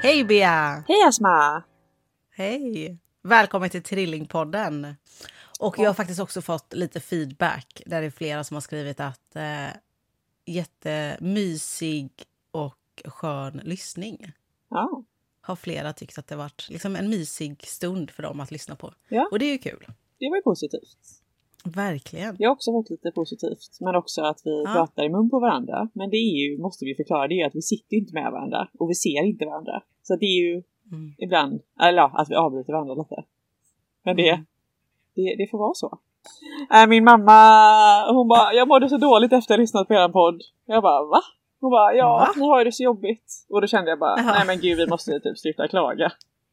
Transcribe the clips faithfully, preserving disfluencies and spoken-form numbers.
Hej Bea! Hej Asma! Hej! Välkommen till Trillingpodden. Och jag har faktiskt också fått lite feedback där det är flera som har skrivit att eh, jättemysig och skön lyssning. Ja. Har flera tyckt att det varit liksom en mysig stund för dem att lyssna på. Ja. Och det är ju kul. Det var ju positivt. Verkligen. Jag har också fått lite positivt. Men också att vi Ja. pratar i mun på varandra. Men det är ju, måste vi förklara, det är ju att vi sitter inte med varandra. Och vi ser inte varandra. Så det är ju Mm. ibland, eller ja, att vi avbryter varandra lite. Men det, Mm. det, det får vara så. Äh, min mamma, hon bara, jag mådde så dåligt efter att ha lyssnat på er podd. Jag bara, va? Hon bara, ja, Va? ni har ju det så jobbigt. Och då kände jag bara, Jaha. nej men gud, vi måste typ sluta klaga.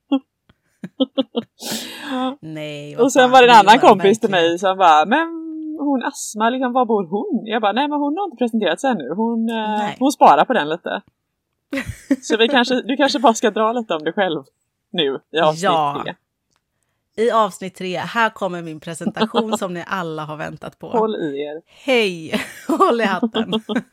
Nej, vad Och sen fan, var det en det annan gör kompis till verkligen. mig som bara, men hon Asma, liksom, var bor hon? Jag bara, nej men hon har inte presenterat sig ännu. Hon, eh, hon sparar på den lite. Så vi kanske, du kanske bara ska dra lite om dig själv nu i avsnitt Ja. tre. I avsnitt tre, här kommer min presentation som ni alla har väntat på. Håll i er. Hej, håll i hatten.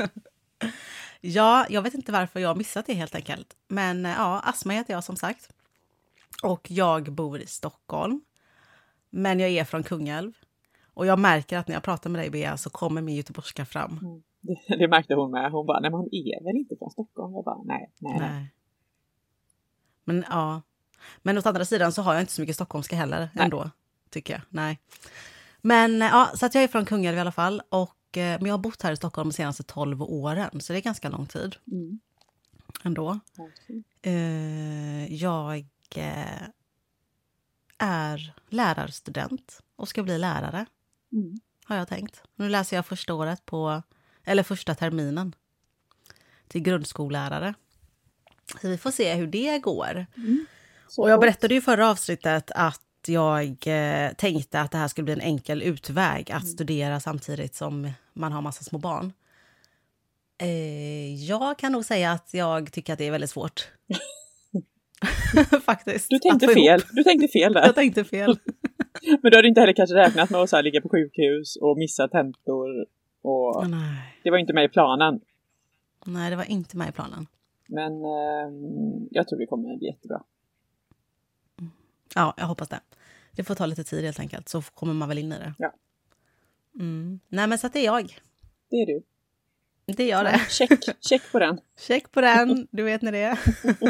Ja, jag vet inte varför jag har missat det helt enkelt. Men ja, Asma heter jag som sagt. Och jag bor i Stockholm. Men jag är från Kungälv. Och jag märker att när jag pratar med dig, Bea, så kommer min göteborgska fram. Mm. Det, det märkte hon med. Hon bara, nej men hon är väl inte från Stockholm? Jag bara, nej, nej. Nej. Men ja. Men åt andra sidan så har jag inte så mycket stockholmska heller ändå, tycker jag. Nej. Men ja, så att jag är från Kungälv i alla fall. Och, eh, men jag har bott här i Stockholm de senaste tolv åren. Så det är ganska lång tid Mm. ändå. Okay. Eh, jag eh, är lärarstudent och ska bli lärare, Mm. har jag tänkt. Nu läser jag första året på, eller första terminen till grundskollärare. Så vi får se hur det går. Mm. Så Och jag gott. berättade ju i förra avsnittet att jag eh, tänkte att det här skulle bli en enkel utväg att Mm. studera samtidigt som man har massa små barn. Eh, jag kan nog säga att jag tycker att det är väldigt svårt. Faktiskt. Du tänkte Att få fel. ihop. Du tänkte fel där. Jag tänkte fel. Men du hade inte heller kanske räknat med att så här ligga på sjukhus och missa tentor. Och Nej. det var inte med i planen. Nej, det var inte med i planen. Men eh, jag tror det kommer bli jättebra. Ja, jag hoppas det. Det får ta lite tid helt enkelt, så kommer man väl in i det. Ja. Mm. Nej, men så att det är jag. Det är du. Det gör det. Ja, check, check på den. Check på den, du vet när det är.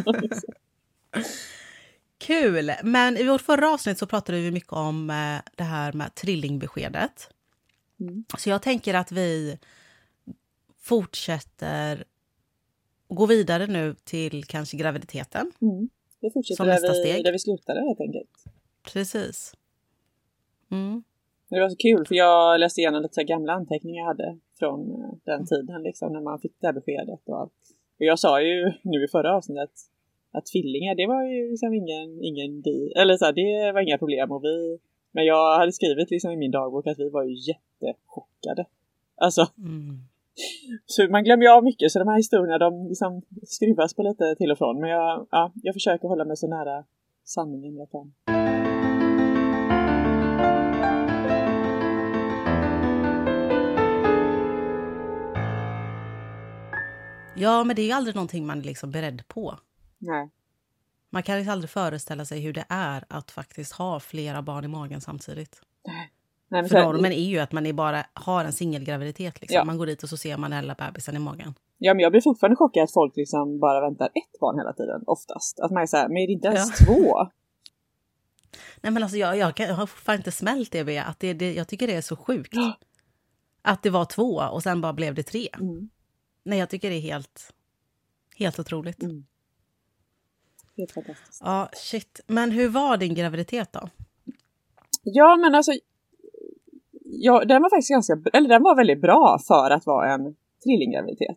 Kul! Men i vårt förra avsnitt så pratade vi mycket om eh, det här med trillingbeskedet. Mm. Så jag tänker att vi fortsätter gå vidare nu till kanske graviditeten. Mm. Vi fortsätter Som där nästa vi, steg. där vi slutade helt enkelt. Precis. Mm. Det var så kul för jag läste igenom lite så här gamla anteckningar jag hade från eh, den tiden liksom, när man fick det här beskedet och allt. Och jag sa ju nu i förra avsnittet att tvillingar, det var ju liksom ingen, ingen di, eller så här, det var inga problem. Och vi, men jag hade skrivit liksom i min dagbok att vi var ju jättechockade. Alltså, Mm. så man glömmer ju av mycket, så de här historierna de liksom skruvas på lite till och från. Men jag, ja, jag försöker hålla mig så nära sanningen jag kan. Ja, men det är ju aldrig någonting man är liksom beredd på. Nej. Man kan liksom aldrig föreställa sig hur det är att faktiskt ha flera barn i magen samtidigt. Nej, men För så här, normen är ju att man är bara har en singelgraviditet. Liksom. Ja. Man går dit och så ser man hela bebisen i magen. ja, men jag blir fortfarande chockad att folk liksom bara väntar ett barn hela tiden, oftast. Att man är så här, men är det inte ens Ja. två? Nej, men alltså jag, jag, kan, jag har fortfarande inte smält det, Bea. Att det, det, jag tycker det är så sjukt. Att det var två och sen bara blev det tre. Mm. Nej, jag tycker det är helt, helt otroligt. Mm. Helt fantastiskt. Ja, shit. Men hur var din graviditet då? Ja, men alltså, ja, den var faktiskt ganska, eller den var väldigt bra för att vara en trillinggraviditet.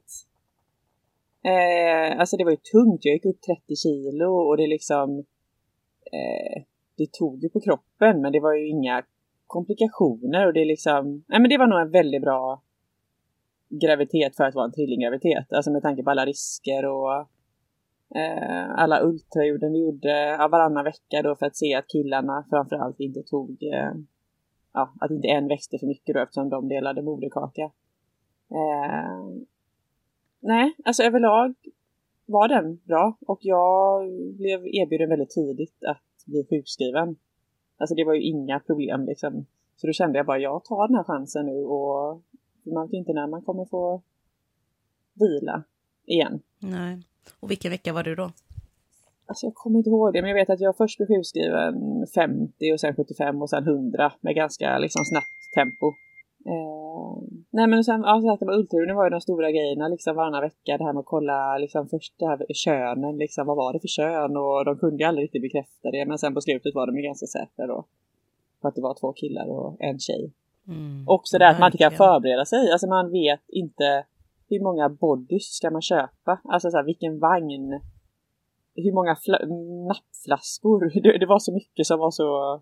Eh, alltså det var ju tungt, jag gick upp trettio kilo och det liksom, eh, det tog ju på kroppen, men det var ju inga komplikationer och det liksom, nej men det var nog en väldigt bra graviditet för att vara en trillinggraviditet. Alltså med tanke på alla risker och eh, alla ultraljuden vi gjorde av varannan vecka då för att se att killarna framförallt inte tog, eh, ja, att inte en växte för mycket då eftersom de delade moderkaka. Eh, nej, alltså överlag var den bra. Och jag blev erbjuden väldigt tidigt att bli sjukskriven. Alltså det var ju inga problem liksom. Så då kände jag bara, jag tar den här chansen nu. Och man vet inte när man kommer få vila igen. Nej. Och vilken vecka var du då? Alltså jag kommer inte ihåg det, men jag vet att jag först blev sjukskriven femtio och sen sjuttiofem och sen hundra med ganska liksom snabbt tempo. Eh, nej men sen, alltså att det var ultraljudet var ju de stora grejerna liksom varannan vecka. Det här med att kolla liksom först det här könen, liksom vad var det för kön, och de kunde ju aldrig riktigt bekräfta det. Men sen på slutet var de ju ganska säkra då. För att det var två killar och en tjej. Mm, också det att man inte kan förbereda sig. Alltså man vet inte hur många bodys ska man köpa. Alltså så här, vilken vagn. Hur många fla- nappflaskor. Det, det var så mycket som var så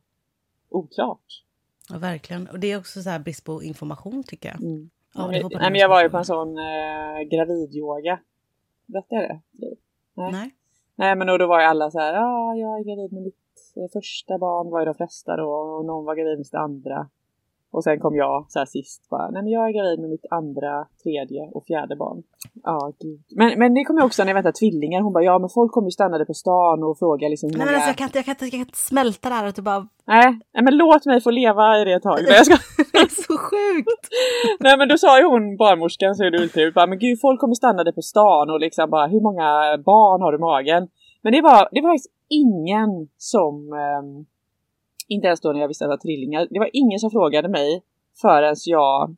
oklart. Ja, verkligen. Och det är också så här brist på information tycker jag. Mm. Ja, nej, nej, men jag var ju på en sån eh, gravidyoga. Vet jag det? Nej. Nej. Nej, men då, då var ju alla så här, ja, ah, jag är gravid med mitt eh, första barn, var ju de flesta då. Och någon var gravid med sitt andra. Och sen kom jag så här sist bara, nej men jag är gravid med mitt andra, tredje och fjärde barn. Ja, gud. Men, men det kom ju också när jag väntade tvillingar. Hon bara, ja men folk kommer ju stannade på stan och fråga liksom. Nej men alltså jag kan inte, jag kan inte, jag kan inte smälta det här att du bara... Nej, nej men låt mig få leva i det ett tag. Nej, jag ska... Det är så sjukt. Nej men då sa ju hon, barnmorskan, så är det ultraljud, bara, men gud folk kommer stannade på stan och liksom bara, hur många barn har du i magen? Men det var, det var faktiskt ingen som... Um... Inte ens då när jag visste att jag var trillingar. Det var ingen som frågade mig förrän jag,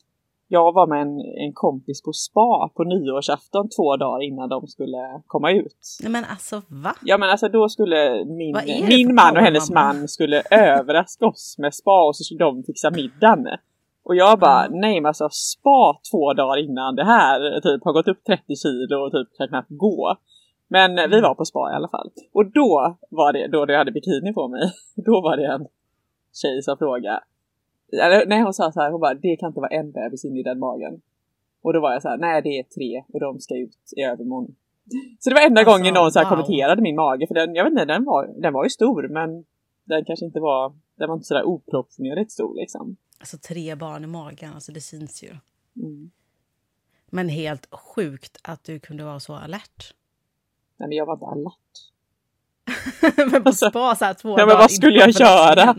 jag var med en, en kompis på spa på nyårsafton två dagar innan de skulle komma ut. Nej men alltså va? Ja men alltså då skulle min, min man och hennes man skulle överraska oss med spa och så skulle de fixa middagen. Och jag bara, mm. nej men alltså spa två dagar innan det här typ har gått upp trettio kilo och typ kan knappt gå. Men mm. vi var på spa i alla fall. Och då var det, då jag hade bikini på mig, då var det en tjej som frågade. Eller, nej hon sa så här, hon bara, det kan inte vara en bebis in i den magen. Och då var jag så här, nej det är tre och de ska ut i övermorgon. Så det var enda alltså, gången någon så här wow. kommenterade min mage. För den, jag vet inte, den var, den var ju stor men den kanske inte var, den var inte sådär oproportionerligt stor liksom. Alltså tre barn i magen, alltså det syns ju. Mm. Men helt sjukt att du kunde vara så alert. Nej men jag var inte alert. Men på spa så här två ja, dagar. Men vad skulle jag göra?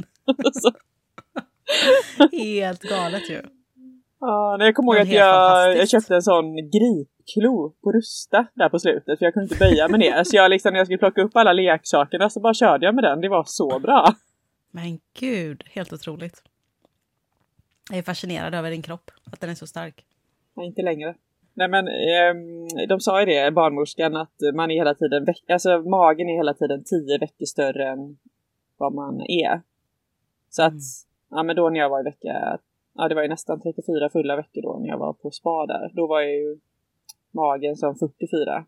Helt galet ju. Ja, jag kommer ihåg att jag, jag köpte en sån gripklo på Rusta där på slutet. För jag kunde inte böja mig ner. Så jag liksom, när jag skulle plocka upp alla leksakerna så bara körde jag med den. Det var så bra. Men gud, helt otroligt. Jag är fascinerad över din kropp. Att den är så stark. Nej, inte längre. Nej men eh, de sa ju det, barnmorskan, att man är hela tiden, veck- alltså magen är hela tiden tio veckor större än vad man är. Så att, mm. ja men då när jag var i vecka, ja det var ju nästan trettiofyra fulla veckor då när jag var på spa där. Då var ju magen som fyrtiofyra.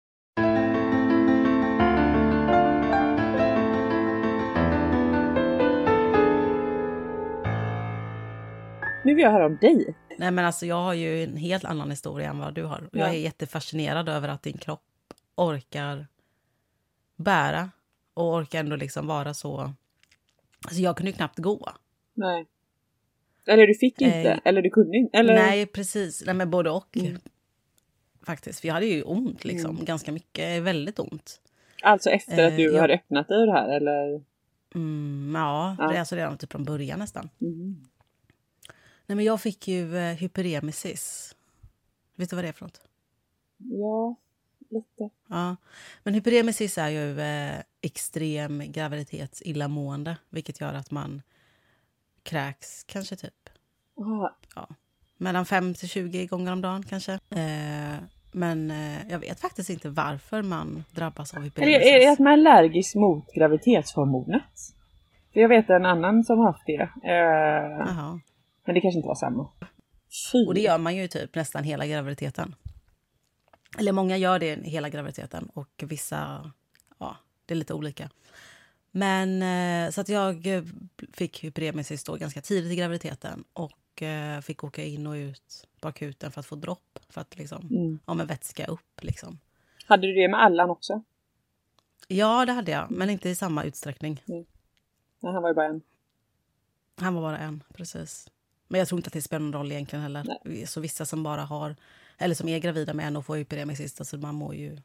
Nu vill jag höra om dig. Nej men alltså jag har ju en helt annan historia än vad du har. Ja. Jag är jättefascinerad över att din kropp orkar bära. Och orkar ändå liksom vara så... Alltså jag kunde ju knappt gå. Nej. Eller du fick inte. Eh, eller du kunde inte. Eller... Nej precis. Nej men både och. Mm. Faktiskt. För jag hade ju ont liksom. Mm. Ganska mycket. Väldigt ont. Alltså efter att du eh, hade jag... öppnat dig det här eller? Mm, ja. ja. Det är alltså redan typ från början nästan. Mm. Nej men jag fick ju eh, hyperemesis. Vet du vad det är för något? Ja, lite. Ja, men hyperemesis är ju eh, extrem graviditetsillamående. Vilket gör att man kräks kanske typ. Aha. Ja, mellan fem till tjugo gånger om dagen kanske. Eh, men eh, jag vet faktiskt inte varför man drabbas av hyperemesis. Är det, är det att man är allergisk mot graviditetshormonet? För jag vet en annan som har haft det. Eh... Jaha. Men det kanske inte var samma. Fy. Och det gör man ju typ nästan hela graviditeten. Eller många gör det hela graviditeten. Och vissa, ja, det är lite olika. Men så att jag fick hyperemesis då ganska tidigt i graviditeten. Och fick åka in och ut på akuten för att få dropp. För att liksom, mm. ja men vätska upp liksom. Hade du det med Allan också? Ja, det hade jag. Men inte i samma utsträckning. Mm. Nej, han var ju bara en. Han var bara en, precis. Men jag tror inte att det spelar någon roll egentligen heller. Nej. Så vissa som bara har, eller som är gravida med en och får hyperemesis, alltså man mår ju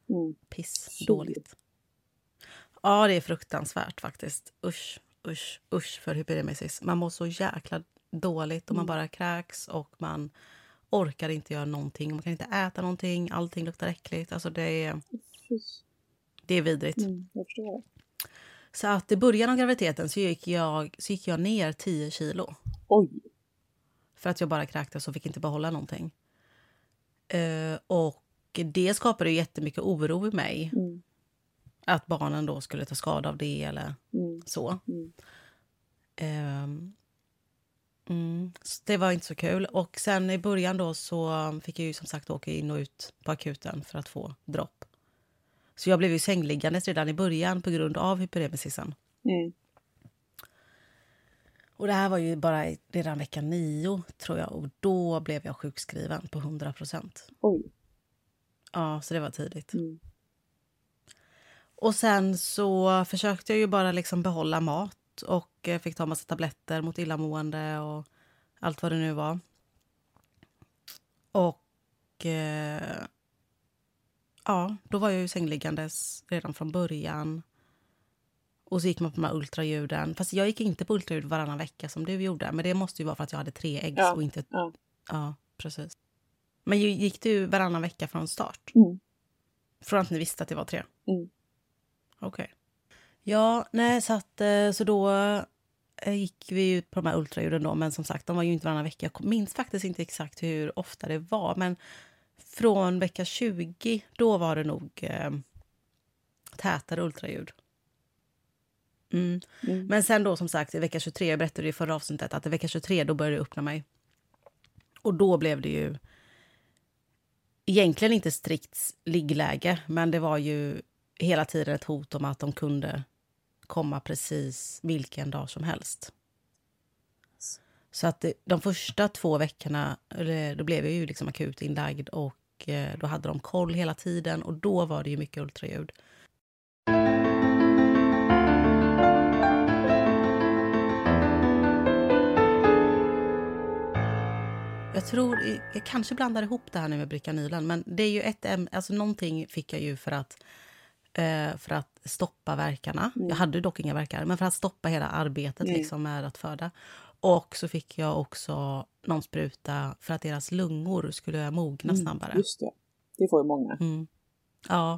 Mm. Piss, Fy. dåligt. Ja, det är fruktansvärt faktiskt. Usch, usch, usch för hyperemesis. Man mår så jäkla dåligt och man bara kräks och man orkar inte göra någonting. Man kan inte äta någonting, allting luktar äckligt. Alltså det är, Fy. det är vidrigt. Mm, jag förstår det. Så att i början av graviditeten så gick jag, så gick jag ner tio kilo. Oj. För att jag bara kräktes och fick inte behålla någonting. Eh, och det skapade ju jättemycket oro i mig. Mm. Att barnen då skulle ta skada av det eller Mm. så. Mm. Ehm, mm, så det var inte så kul. Och sen i början då så fick jag ju som sagt åka in och ut på akuten för att få dropp. Så jag blev ju sängliggandes redan i början på grund av hyperemesisen. Mm. Och det här var ju bara redan vecka nio tror jag. Och då blev jag sjukskriven på hundra procent. Oj. Ja, så det var tidigt. Mm. Och sen så försökte jag ju bara liksom behålla mat. Och eh, fick ta massa tabletter mot illamående och allt vad det nu var. Och eh, ja, då var jag ju sängliggandes redan från början. Och så gick man på de här ultraljuden. Fast jag gick inte på ultraljud varannan vecka som du gjorde. Men det måste ju vara för att jag hade tre ägg Ja, och inte... ja. Ja, precis. Men ju- gick du varannan vecka från start? Mm. Från att ni visste att det var tre? Mm. Okej. Ja, nej, så, att, eh, så då eh, gick vi ju på de här ultraljuden då. Men som sagt, de var ju inte varannan vecka. Jag minns faktiskt inte exakt hur ofta det var. Men från vecka tjugo, då var det nog eh, tätare ultraljud. Mm. Mm. Men sen då som sagt i vecka tjugotre, jag berättade i förra avsnittet att i vecka tjugotre då började det öppna mig. Och då blev det ju egentligen inte strikt liggläge, men det var ju hela tiden ett hot om att de kunde komma precis vilken dag som helst. Så att det, de första två veckorna eller, då blev jag ju liksom akut inlagd och eh, då hade de koll hela tiden och då var det ju mycket ultraljud. Jag tror, jag kanske blandar ihop det här nu med Bricanylen, men det är ju ett ämne, alltså någonting fick jag ju för att, eh, för att stoppa verkarna. Mm. Jag hade dock inga verkar, men för att stoppa hela arbetet Mm. liksom med att föda. Och så fick jag också någon spruta för att deras lungor skulle mogna Mm. snabbare. Just det. Det får ju många. Mm. Ja.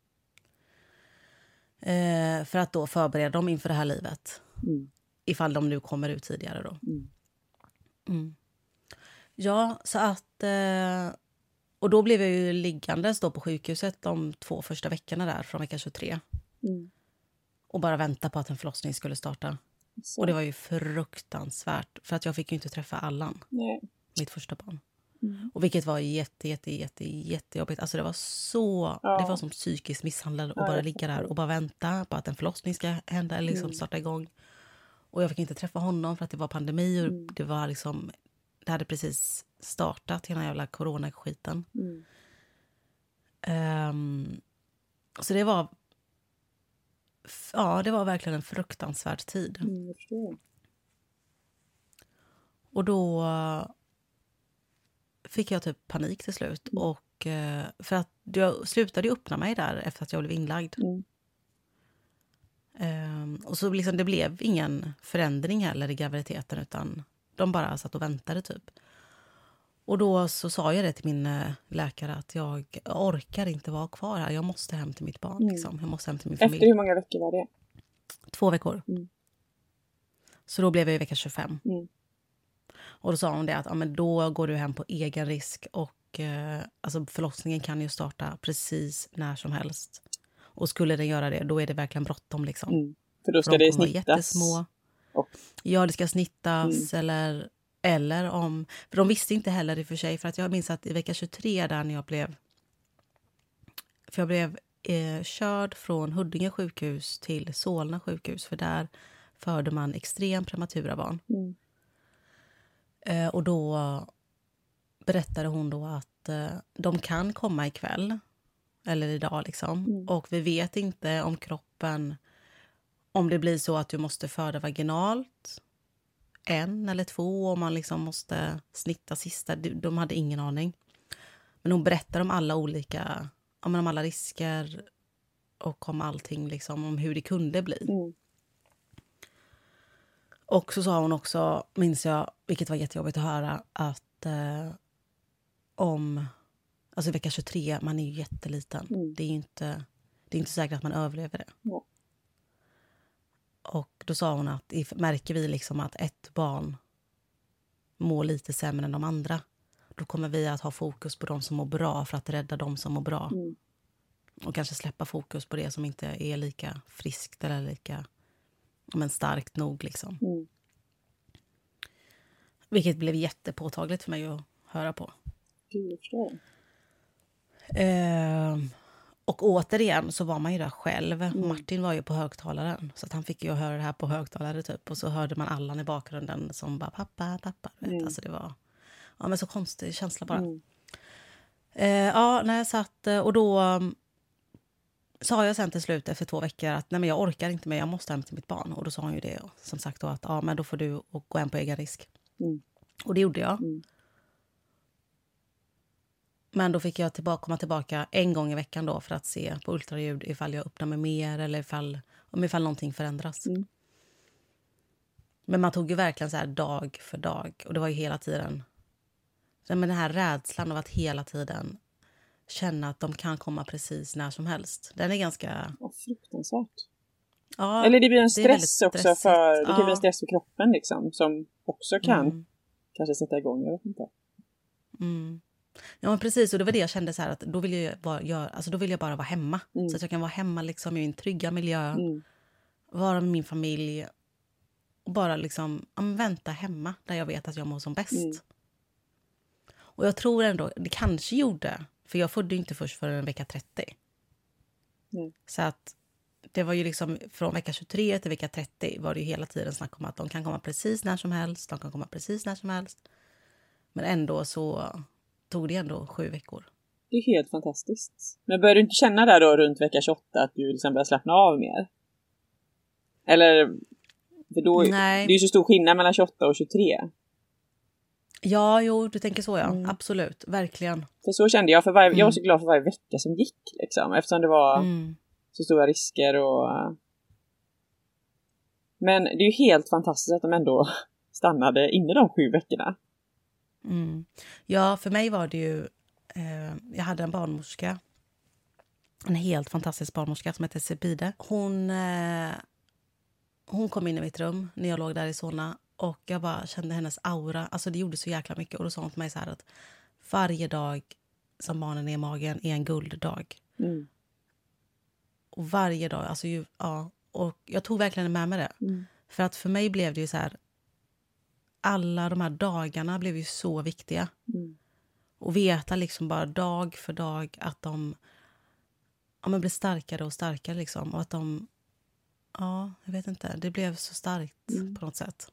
Eh, för att då förbereda dem inför det här livet. Mm. Ifall de nu kommer ut tidigare då. Mm. Mm. Ja, så att... Eh, och då blev jag ju liggandes då på sjukhuset de två första veckorna där från vecka tjugotre. Mm. Och bara vänta på att en förlossning skulle starta. Så. Och det var ju fruktansvärt. För att jag fick ju inte träffa Allan, Nej. mitt första barn. Mm. Och vilket var jätte, jätte, jätte, jättejobbigt. Alltså det var så... Ja. Det var som psykiskt misshandlad att Ja, bara jag ligga fattar. där och bara vänta på att en förlossning ska hända eller liksom Mm. starta igång. Och jag fick inte träffa honom för att det var pandemi och Mm. det var liksom... Det hade precis startat hela jävla coronaskiten. Mm. Um, så det var... Ja, det var verkligen en fruktansvärd tid. Mm, jag förstår. Och då fick jag typ panik till slut. Mm. Och eh, för att jag slutade ju öppna mig där efter att jag blev inlagd. Mm. Ehm, och så liksom det blev ingen förändring heller i graviditeten utan de bara satt och väntade typ. Och då så sa jag det till min eh, läkare att jag orkar inte vara kvar här. Jag måste hem till mitt barn Mm. liksom. Jag måste hem till min Efter familj. hur många veckor var det? Två veckor. Mm. Så då blev jag i vecka tjugofem. Mm. Och då sa hon det att ja, men då går du hem på egen risk och eh, alltså förlossningen kan ju starta precis när som helst. Och skulle den göra det, då är det verkligen bråttom liksom. Mm. För då ska För de det kommer vara snittas. jättesmå. Och- Ja, det ska snittas eller, eller om... För de visste inte heller i och för sig, för att jag minns att i vecka tjugotre där när jag blev... För jag blev eh, körd från Huddinge sjukhus till Solna sjukhus, för där födde man extremt prematura barn. Mm. Eh, och då berättade hon då att eh, de kan komma ikväll. Eller idag liksom. Mm. Och vi vet inte om kroppen... Om det blir så att du måste föda vaginalt. En eller två. Om man liksom måste snitta sista. De de hade ingen aning. Men hon berättade om alla olika om, om alla risker och om allting, liksom, om hur det kunde bli. Mm. Och så sa hon också, minns jag, vilket var jättejobbigt att höra, att eh, om, alltså vecka tjugotre, man är ju jätteliten. Mm. Det är ju inte, det är inte säkert att man överlever det. Ja. Och då sa hon att if, märker vi liksom att ett barn mår lite sämre än de andra, då kommer vi att ha fokus på de som mår bra för att rädda de som mår bra. Mm. Och kanske släppa fokus på det som inte är lika friskt eller lika, men starkt nog liksom. Mm. Vilket blev jättepåtagligt för mig att höra på. Jag förstår. Eh, och återigen så var man ju där själv. Mm. Martin var ju på högtalaren. Så att han fick ju höra det här på högtalare typ. Och så hörde man Allan i bakgrunden som bara pappa, pappa. Vet. Mm. Alltså det var ja, men så konstig känsla bara. Mm. Eh, ja, när jag satt och då um, sa jag sen till slut efter två veckor att nej men jag orkar inte mer, jag måste hem till mitt barn. Och då sa hon ju det som sagt då att ja men då får du gå hem på egen risk. Mm. Och det gjorde jag. Mm. Men då fick jag tillbaka, komma tillbaka en gång i veckan då för att se på ultraljud ifall jag öppnar mig mer eller ifall, om ifall någonting förändras. Mm. Men man tog ju verkligen så här dag för dag. Och det var ju hela tiden. Men den här rädslan av att hela tiden känna att de kan komma precis när som helst. Den är ganska... Vad fruktansvärt. Ja, eller det blir en det är stress väldigt också stressigt. för... Det kan Ja. bli en stress för kroppen liksom. Som också kan Mm. kanske sätta igång. Jag vet inte. Mm. Ja men precis, och det var det jag kände så här att då vill jag bara, göra, alltså då vill jag bara vara hemma. Mm. Så att jag kan vara hemma liksom i min trygga miljö. Mm. Vara med min familj. Och bara liksom ja, men vänta hemma där jag vet att jag mår som bäst. Mm. Och jag tror ändå, det kanske gjorde, för jag födde ju inte först förrän vecka trettio. Mm. Så att det var ju liksom från vecka tjugotre till vecka trettio var det ju hela tiden snack om att de kan komma precis när som helst. De kan komma precis när som helst. Men ändå så tog det ändå sju veckor. Det är helt fantastiskt. Men börjar du inte känna där då runt vecka tjugoåtta att du liksom börjar slappna av mer? Eller, för då, Nej. det är ju så stor skillnad mellan tjugoåtta och tjugotre. Ja, jo, du tänker så ja. Mm. Absolut, verkligen. För så kände jag, för varje, Mm. jag var så glad för varje vecka som gick liksom. Eftersom det var Mm. så stora risker och... Men det är ju helt fantastiskt att de ändå stannade inne de sju veckorna. Mm. Ja, för mig var det ju... Eh, jag hade en barnmorska. En helt fantastisk barnmorska som heter Sebide. Hon, eh, hon kom in i mitt rum när jag låg där i Solna. Och jag bara kände hennes aura. Alltså det gjorde så jäkla mycket. Och då sa hon till mig så här att varje dag som barnen är i magen är en gulddag. Mm. Och varje dag, alltså ju, ja. Och jag tog verkligen med mig det. Mm. För att för mig blev det ju så här... Alla de här dagarna blev ju så viktiga. Mm. Och veta liksom bara dag för dag att de ja, men blir starkare och starkare liksom. Och att de, ja, jag vet inte, det blev så starkt Mm. på något sätt.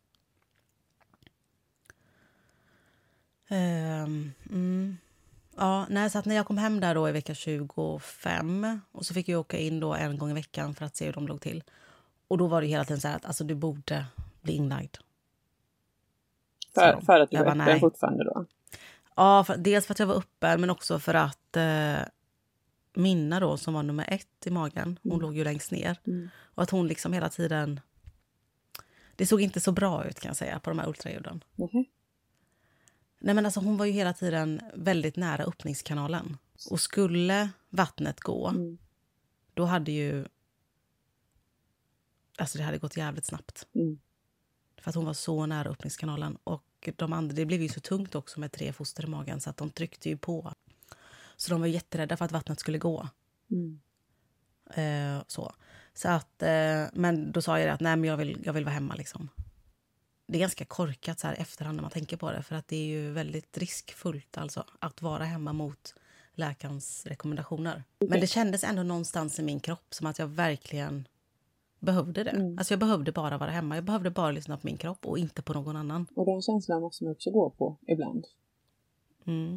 Um, mm. Ja, nej, så att när jag kom hem där då i vecka tjugofem och så fick jag åka in då en gång i veckan för att se hur de låg till. Och då var det hela tiden så här att alltså, du borde bli inlagd. För, för att du Jag var bara, öppen nej. fortfarande då? Ja, för, dels för att jag var öppen men också för att eh, Minna då som var nummer ett i magen, hon Mm. låg ju längst ner. Mm. Och att hon liksom hela tiden, det såg inte så bra ut kan jag säga på de här ultraljuden. Mm. Nej men alltså hon var ju hela tiden väldigt nära öppningskanalen. Och skulle vattnet gå, Mm. då hade ju, alltså det hade gått jävligt snabbt. Mm. För att hon var så nära öppningskanalen. Och de andra, det blev ju så tungt också med tre foster i magen så att de tryckte ju på. Så de var jätterädda för att vattnet skulle gå. Mm. Eh, så. Så att, eh, men då sa jag det att nej men jag vill, jag vill vara hemma liksom. Det är ganska korkat så här efterhand när man tänker på det. För att det är ju väldigt riskfullt alltså att vara hemma mot läkarens rekommendationer. Okay. Men det kändes ändå någonstans i min kropp som att jag verkligen behövde det. Mm. Alltså jag behövde bara vara hemma. Jag behövde bara lyssna på min kropp och inte på någon annan. Och den känslan måste man också gå på ibland. Mm.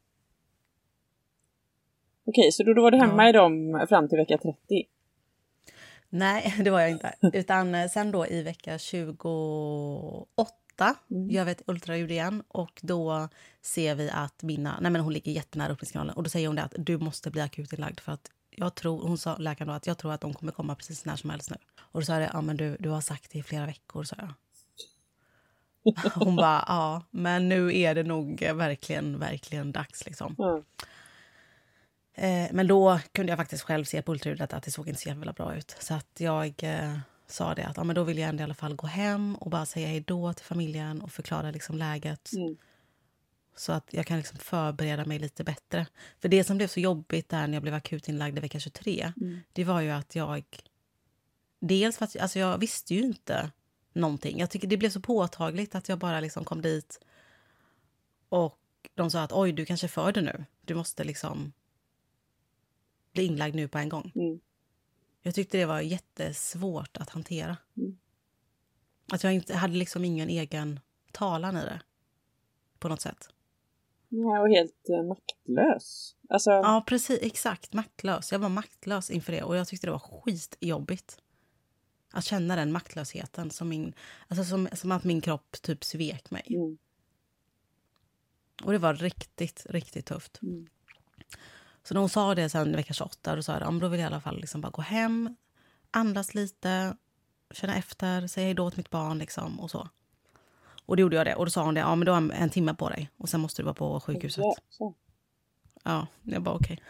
Okej, så då, då var du hemma Ja. i dem fram till vecka trettio? Nej, det var jag inte. Utan sen då i vecka tjugoåtta åtta Mm. gör vi ett ultraljud igen och då ser vi att Minna, nej men hon ligger jättenära öppningskanalen och då säger hon det att du måste bli akutinlagd för att jag tror, hon sa läkaren då att jag tror att de kommer komma precis när som helst nu. Och då sa jag det, ja men du, du har sagt det i flera veckor, sa jag. Hon bara, ja men nu är det nog verkligen, verkligen dags liksom. Mm. Eh, men då kunde jag faktiskt själv se på ultraljudet att det såg inte så jävla bra ut. Så att jag eh, sa det att ja, men då vill jag ändå i alla fall gå hem och bara säga hej då till familjen och förklara liksom läget. Mm. Så att jag kan liksom förbereda mig lite bättre. För det som blev så jobbigt där när jag blev akutinlagd i vecka tjugotre, Mm. det var ju att jag... Dels för att alltså jag visste ju inte någonting. Jag tycker det blev så påtagligt att jag bara liksom kom dit och de sa att oj, du kanske föder nu. Du måste liksom bli inlagd nu på en gång. Mm. Jag tyckte det var jättesvårt att hantera. Mm. Att jag inte hade liksom ingen egen talan i det. På något sätt. Ja, och helt uh, maktlös. Alltså... Ja, precis. Exakt. Maktlös. Jag var maktlös inför det. Och jag tyckte det var skitjobbigt. Att känna den maktlösheten. Som, min, alltså som, som att min kropp typ svek mig. Mm. Och det var riktigt, riktigt tufft. Mm. Så när hon sa det sen i vecka tjugoåtta, då sa jag, då vill jag i alla fall liksom bara gå hem, andas lite, känna efter, säga hej då till mitt barn liksom och så. Och då gjorde jag det. Och då sa hon det, ja men du har en timme på dig och sen måste du vara på sjukhuset. Ja, så. Ja, jag bara okej.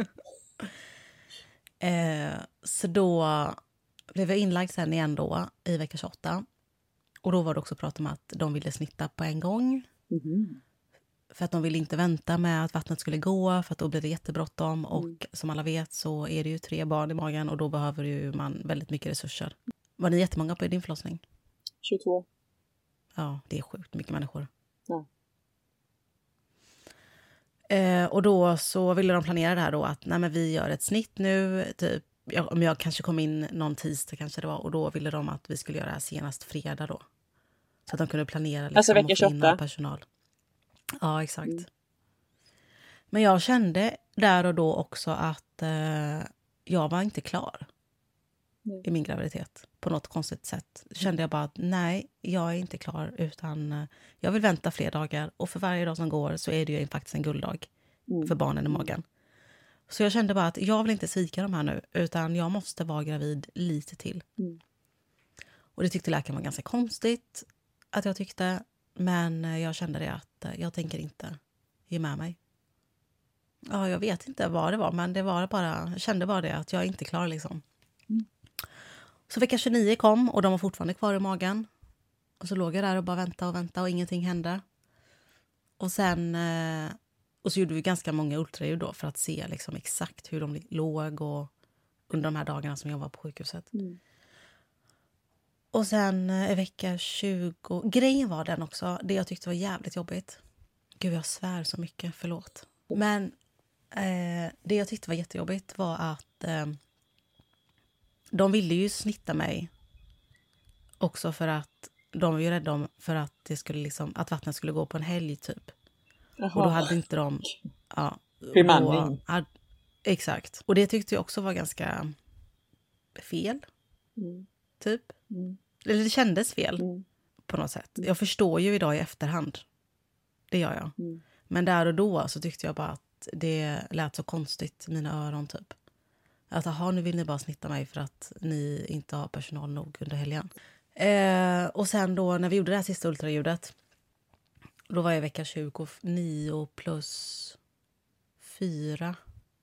Okay. eh, så då blev jag inlagd sen igen då i vecka tjugoåtta. Och då var det också prat om att de ville snitta på en gång. Mm. För att de ville inte vänta med att vattnet skulle gå. För att då blir det jättebråttom. Mm. Och som alla vet så är det ju tre barn i magen. Och då behöver ju man väldigt mycket resurser. Var ni jättemånga på din förlossning? tjugotvå. Ja, det är sjukt mycket människor. Ja. Eh, och då så ville de planera det här då. Att nej men vi gör ett snitt nu. Typ, jag, om jag kanske kom in någon tisdag kanske det var. Och då ville de att vi skulle göra det här senast fredag då. Så att de kunde planera liksom, Alltså vecka och få in tjugoåtta? personal. Ja, exakt. Mm. Men jag kände där och då också att eh, jag var inte klar Mm. i min graviditet. På något konstigt sätt. Kände jag bara att nej, jag är inte klar. Utan eh, jag vill vänta fler dagar. Och för varje dag som går så är det ju faktiskt en gulddag Mm. för barnen i magen. Så jag kände bara att jag vill inte svika de här nu. Utan jag måste vara gravid lite till. Mm. Och det tyckte läkaren var ganska konstigt att jag tyckte. Men eh, jag kände det att eh, jag tänker inte ge med mig. Ja, jag vet inte vad det var, men det var bara, jag kände bara det att jag är inte klar liksom. Mm. Så vecka tjugonio kom och de var fortfarande kvar i magen. Och så låg jag där och bara väntade och väntade och ingenting hände. Och sen, eh, och så gjorde vi ganska många ultraljud då för att se liksom exakt hur de låg och under de här dagarna som jag var på sjukhuset. Mm. Och sen eh, i vecka tjugo, grejen var den också, det jag tyckte var jävligt jobbigt. Gud, jag svär så mycket, förlåt. Men eh, det jag tyckte var jättejobbigt var att eh, de ville ju snitta mig också för att de var ju rädda om för att det skulle liksom, att vattnet skulle gå på en helg typ. Jaha. Och då hade inte de, ja, Bemanning. då hade, exakt. Och det tyckte jag också var ganska fel Mm. typ. Mm. Eller det kändes fel Mm. på något sätt. Jag förstår ju idag i efterhand. Det gör jag. Mm. Men där och då så tyckte jag bara att det lät så konstigt i mina öron typ. Att aha, nu vill ni bara snitta mig för att ni inte har personal nog under helgen. Eh, och sen då när vi gjorde det här sista ultraljudet. Då var jag i vecka tjugonio plus fyra.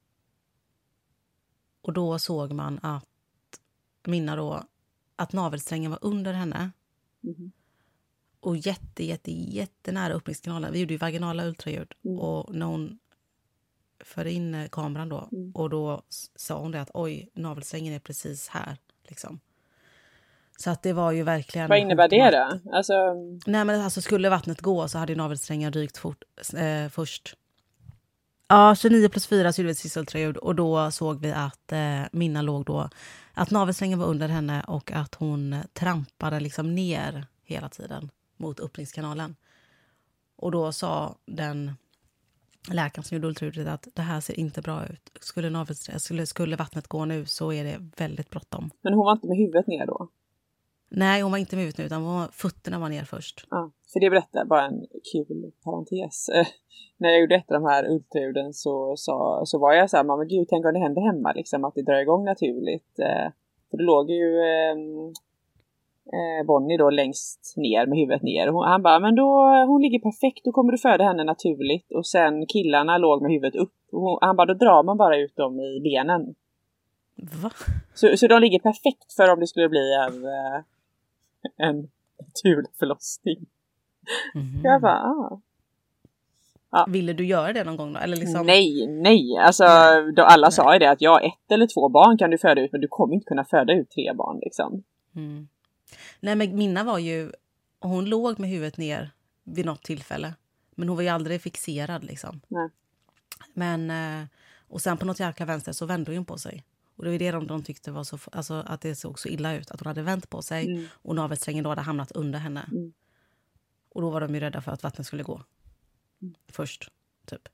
Och då såg man att Minna då, att navelsträngen var under henne. Mm. Och jätte, jätte, jättenära öppningskanalen. Vi gjorde ju vaginala ultraljud. Mm. Och när hon förde in kameran då. Mm. Och då sa hon det att oj, navelsträngen är precis här. Liksom. Så att det var ju verkligen... Vad innebär det då? Alltså... Nej men alltså skulle vattnet gå så hade ju navelsträngen rykt fort, eh, först. Ja, tjugonio plus fyra så gjorde vi ett sista ultraljud. Och då såg vi att eh, Minna låg då... Att navelsträngen var under henne och att hon trampade liksom ner hela tiden mot öppningskanalen. Och då sa den läkaren som gjorde ultraljudet att det här ser inte bra ut. Skulle, navelsträngen, skulle, skulle vattnet gå nu så är det väldigt bråttom. Men hon var inte med huvudet ner då? Nej, hon var inte med huvudet nu, utan hon, fötterna var ner först. Ja, för det berättar bara en kul parentes. När jag gjorde ett av de här ultraljuden så, så, så var jag så här, men gud, tänk om det händer hemma, liksom, att det drar igång naturligt. Eh, för det låg ju eh, eh, Bonnie då längst ner med huvudet ner. Hon, han bara, men då, hon ligger perfekt, då kommer du föda henne naturligt. Och sen killarna låg med huvudet upp. Och hon, han bara, då drar man bara ut dem i benen. Va? Så, så de ligger perfekt för om det skulle bli en, eh, en naturlig förlossning. Mm. Jag bara, ah. Ja. Ville du göra det någon gång då? Eller liksom... Nej, nej. Alltså, då alla nej. Sa ju det att ja, ett eller två barn kan du föda ut, men du kommer inte kunna föda ut tre barn liksom. Mm. Nej, men Minna var ju, hon låg med huvudet ner vid något tillfälle. Men hon var ju aldrig fixerad liksom. Nej. Men, och sen på något jäkla vänster så vände hon på sig. Och det var det de, de tyckte var så, alltså att det såg så illa ut. Att hon hade vänt på sig mm. och navelsträngen då hade hamnat under henne. Mm. Och då var de ju rädda för att vattnet skulle gå. Mm. Först, typ.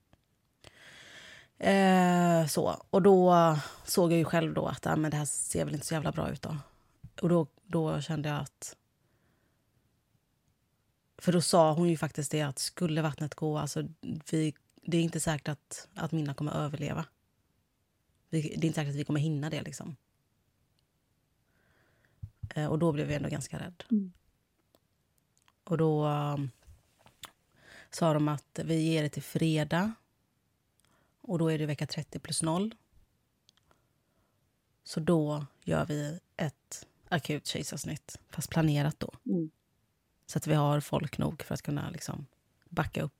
Eh, så. Och då såg jag ju själv då att ah, men det här ser väl inte så jävla bra ut då. Och då, då kände jag att... För då sa hon ju faktiskt det att skulle vattnet gå, alltså vi, det är inte säkert att, att Minna kommer att överleva. Vi, det är inte säkert att vi kommer hinna det liksom. Eh, och då blev vi ändå ganska rädd. Mm. Och då um, sa de att vi ger det till fredag. Och då är det vecka trettio plus noll. Så då gör vi ett akut kejsarsnitt. Fast planerat då. Mm. Så att vi har folk nog för att kunna liksom backa upp.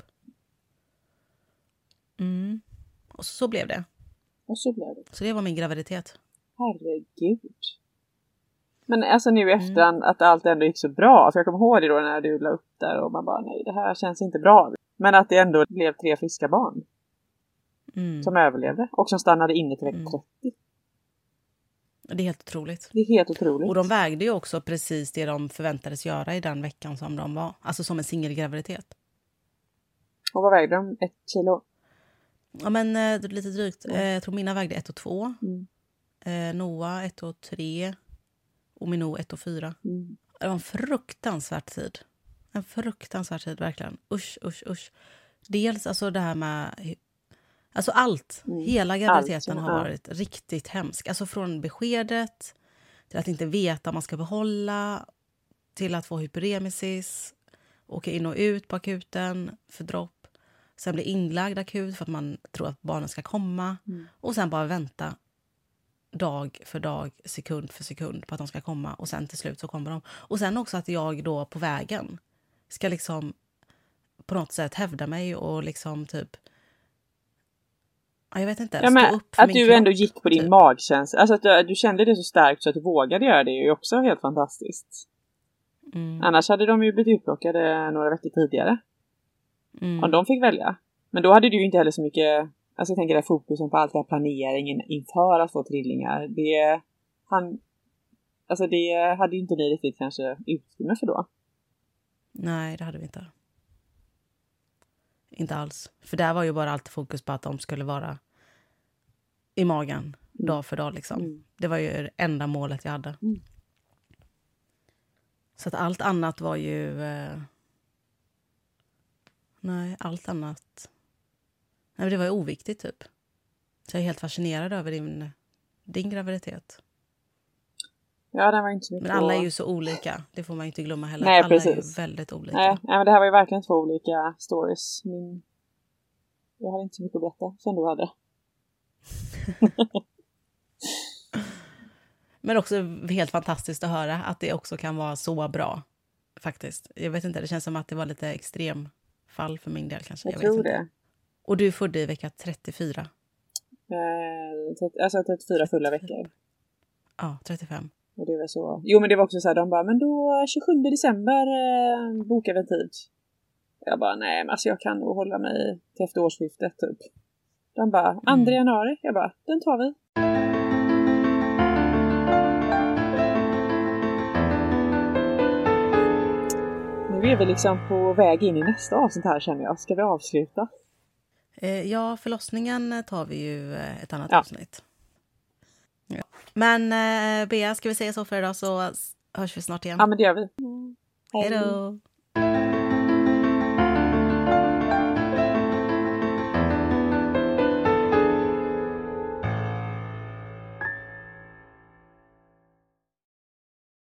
Mm. Och så, så blev det. Och så blev det. Så det var min graviditet. Herregud. Men alltså nu i efterhand mm. att allt ändå gick så bra. För jag kommer ihåg det då när du la upp där och man bara nej, det här känns inte bra. Men att det ändå blev tre friska barn. Mm. Som överlevde och som stannade inne till vecka mm. trettio. Det är helt otroligt. Det är helt otroligt. Och de vägde ju också precis det de förväntades göra i den veckan som de var. Alltså som en singelgraviditet. Och vad vägde de? Ett kilo? Ja men eh, lite drygt. Mm. Eh, jag tror mina vägde ett och två. Mm. Eh, Noah ett och tre. Och Minou ett och fyra. Mm. Det var en fruktansvärd tid. En fruktansvärd tid, verkligen. Usch, usch, usch. Dels alltså det här med... Alltså allt. Mm. Hela graviditeten allt, har varit ja. riktigt hemskt. Alltså från beskedet till att inte veta om man ska behålla. Till att få hyperemesis. Åka in och ut på akuten för dropp. Sen bli inlagd akut för att man tror att barnen ska komma. Mm. Och sen bara vänta. Dag för dag, sekund för sekund på att de ska komma. Och sen till slut så kommer de. Och sen också att jag då på vägen ska liksom på något sätt hävda mig och liksom typ... Jag vet inte. Ja, men stå upp för att min du kropp, ändå gick på din typ. magkänsla. Alltså att du, du kände det så starkt så att du vågade göra det är ju också helt fantastiskt. Mm. Annars hade de ju blivit utplockade några veckor tidigare. Mm. Om de fick välja. Men då hade du ju inte heller så mycket... Alltså jag tänker det fokusen på allt det här planeringen inför att få trillingar. Det, han, alltså det hade ju inte ni riktigt kanske utrymme för då. Nej, det hade vi inte. Inte alls. För där var ju bara allt fokus på att de skulle vara i magen mm. dag för dag liksom. Mm. Det var ju det enda målet jag hade. Mm. Så att allt annat var ju... Eh, nej, allt annat... Nej, det var ju oviktigt typ. Så jag är helt fascinerad över din, din graviditet. Ja, den var inte så mycket. Men alla är ju så olika. Det får man ju inte glömma heller. Nej, alla precis. är ju väldigt olika. Nej, nej, men det här var ju verkligen två olika stories. Min... Jag hade inte så mycket att berätta som du hade. Men också helt fantastiskt att höra att det också kan vara så bra. Faktiskt. Jag vet inte, det känns som att det var lite extremfall för min del kanske. Jag, jag tror vet det. Inte. Och du födde i vecka trettiofyra? Eh, alltså trettiofyra fulla veckor. Ja, trettiofem. Och det var så. Jo, men det var också så här, de bara, men då tjugosjunde december eh, bokar vi tid. Jag bara, nej, men alltså jag kan nog hålla mig till efter årsskiftet typ. De bara, andra Mm. januari. Jag bara, den tar vi. Nu är vi liksom på väg in i nästa avsnitt här känner jag. Ska vi avsluta? Eh, ja, förlossningen tar vi ju eh, ett annat ja. avsnitt. Ja. Men eh, Bea, ska vi säga så för idag så hörs vi snart igen. Ja, men det gör vi. Mm. Hej då!